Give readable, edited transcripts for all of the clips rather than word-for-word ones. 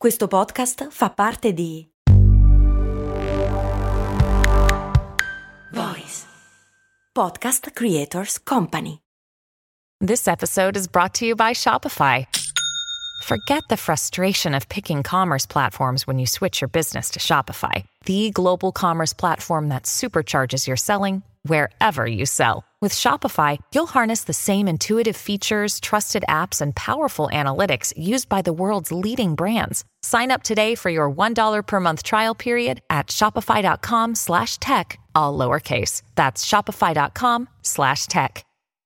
Questo podcast fa parte di Voice Podcast Creators Company. This episode is brought to you by Shopify. Forget the frustration of picking commerce platforms when you switch your business to Shopify, the global commerce platform that supercharges your selling wherever you sell. With Shopify, you'll harness the same intuitive features, trusted apps, and powerful analytics used by the world's leading brands. Sign up today for your $1 per month trial period at shopify.com/tech, all lowercase. That's shopify.com/tech.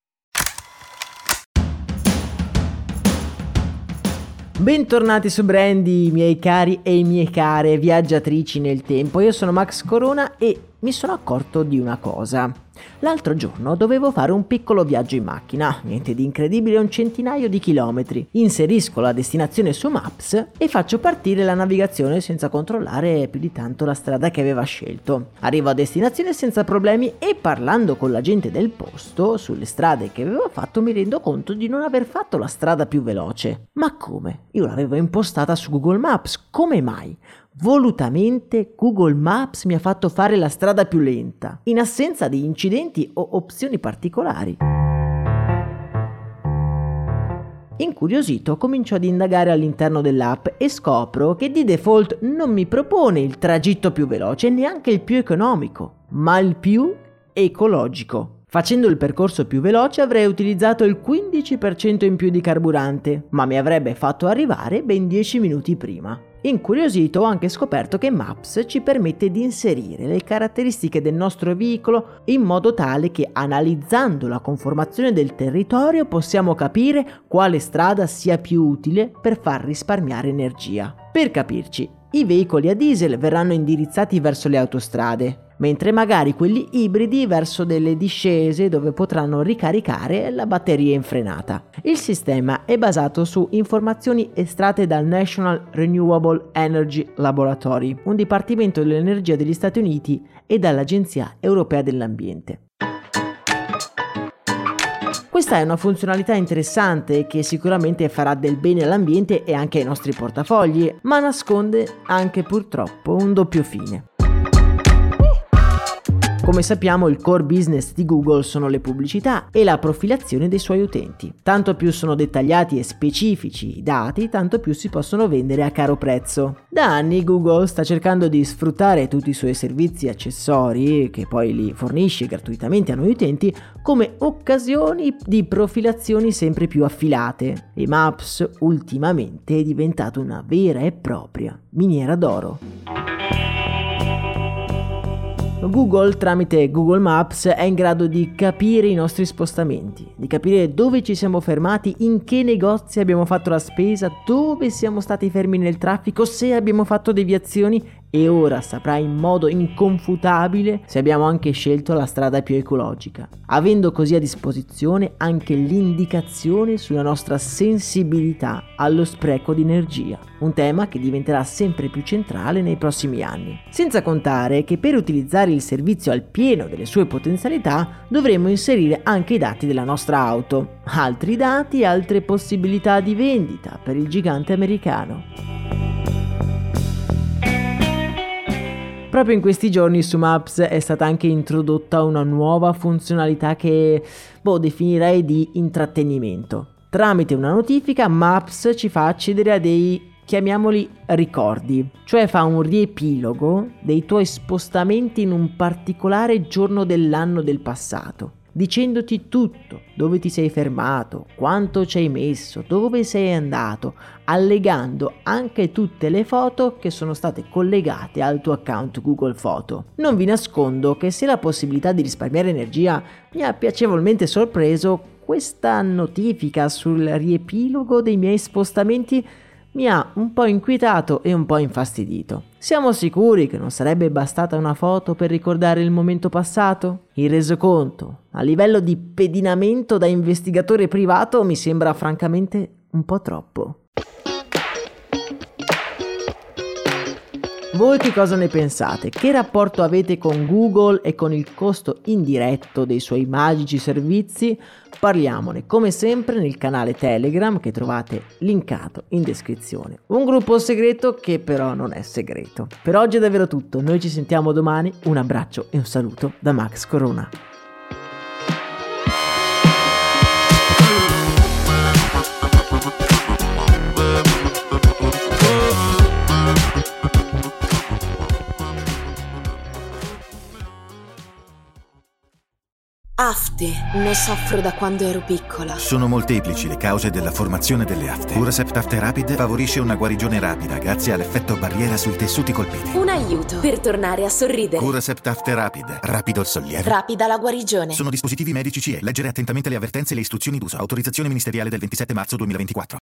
Bentornati su Brandy, miei cari e mie care viaggiatrici nel tempo. Io sono Max Corona e mi sono accorto di una cosa. L'altro giorno dovevo fare un piccolo viaggio in macchina, niente di incredibile, un centinaio di chilometri. Inserisco la destinazione su Maps e faccio partire la navigazione senza controllare più di tanto la strada che aveva scelto. Arrivo a destinazione senza problemi e parlando con la gente del posto sulle strade che avevo fatto mi rendo conto di non aver fatto la strada più veloce. Ma come? Io l'avevo impostata su Google Maps, come mai? Volutamente Google Maps mi ha fatto fare la strada più lenta, in assenza di incidenti o opzioni particolari. Incuriosito, comincio ad indagare all'interno dell'app e scopro che di default non mi propone il tragitto più veloce, neanche il più economico, ma il più ecologico. Facendo il percorso più veloce avrei utilizzato il 15% in più di carburante, ma mi avrebbe fatto arrivare ben 10 minuti prima. Incuriosito, ho anche scoperto che Maps ci permette di inserire le caratteristiche del nostro veicolo in modo tale che, analizzando la conformazione del territorio, possiamo capire quale strada sia più utile per far risparmiare energia. Per capirci, i veicoli a diesel verranno indirizzati verso le autostrade, mentre magari quelli ibridi verso delle discese dove potranno ricaricare la batteria in frenata. Il sistema è basato su informazioni estratte dal National Renewable Energy Laboratory, un dipartimento dell'energia degli Stati Uniti, e dall'Agenzia Europea dell'Ambiente. Questa è una funzionalità interessante che sicuramente farà del bene all'ambiente e anche ai nostri portafogli, ma nasconde anche purtroppo un doppio fine. Come sappiamo, il core business di Google sono le pubblicità e la profilazione dei suoi utenti. Tanto più sono dettagliati e specifici i dati, tanto più si possono vendere a caro prezzo. Da anni Google sta cercando di sfruttare tutti i suoi servizi accessori, che poi li fornisce gratuitamente a noi utenti, come occasioni di profilazioni sempre più affilate. E Maps ultimamente è diventato una vera e propria miniera d'oro. Google, tramite Google Maps, è in grado di capire i nostri spostamenti, di capire dove ci siamo fermati, in che negozi abbiamo fatto la spesa, dove siamo stati fermi nel traffico, se abbiamo fatto deviazioni, e ora saprà in modo inconfutabile se abbiamo anche scelto la strada più ecologica, avendo così a disposizione anche l'indicazione sulla nostra sensibilità allo spreco di energia, un tema che diventerà sempre più centrale nei prossimi anni. Senza contare che per utilizzare il servizio al pieno delle sue potenzialità dovremo inserire anche i dati della nostra auto, altri dati e altre possibilità di vendita per il gigante americano. Proprio in questi giorni su Maps è stata anche introdotta una nuova funzionalità che definirei di intrattenimento. Tramite una notifica Maps ci fa accedere a dei, chiamiamoli, ricordi, cioè fa un riepilogo dei tuoi spostamenti in un particolare giorno dell'anno del passato, dicendoti tutto, dove ti sei fermato, quanto ci hai messo, dove sei andato, allegando anche tutte le foto che sono state collegate al tuo account Google Foto. Non vi nascondo che se la possibilità di risparmiare energia mi ha piacevolmente sorpreso, questa notifica sul riepilogo dei miei spostamenti mi ha un po' inquietato e un po' infastidito. Siamo sicuri che non sarebbe bastata una foto per ricordare il momento passato? Il resoconto, a livello di pedinamento da investigatore privato, mi sembra francamente un po' troppo. Voi che cosa ne pensate? Che rapporto avete con Google e con il costo indiretto dei suoi magici servizi? parliamone come sempre nel canale Telegram che trovate linkato in descrizione. Un gruppo segreto che però non è segreto. Per oggi è davvero tutto, noi ci sentiamo domani, un abbraccio e un saluto da Max Corona. Afte, ne soffro da quando ero piccola. Sono molteplici le cause della formazione delle afte. Curacept Afte Rapid favorisce una guarigione rapida grazie all'effetto barriera sui tessuti colpiti. Un aiuto per tornare a sorridere. Curacept Afte Rapid, rapido il sollievo. Rapida la guarigione. Sono dispositivi medici CE. Leggere attentamente le avvertenze e le istruzioni d'uso. Autorizzazione ministeriale del 27 marzo 2024.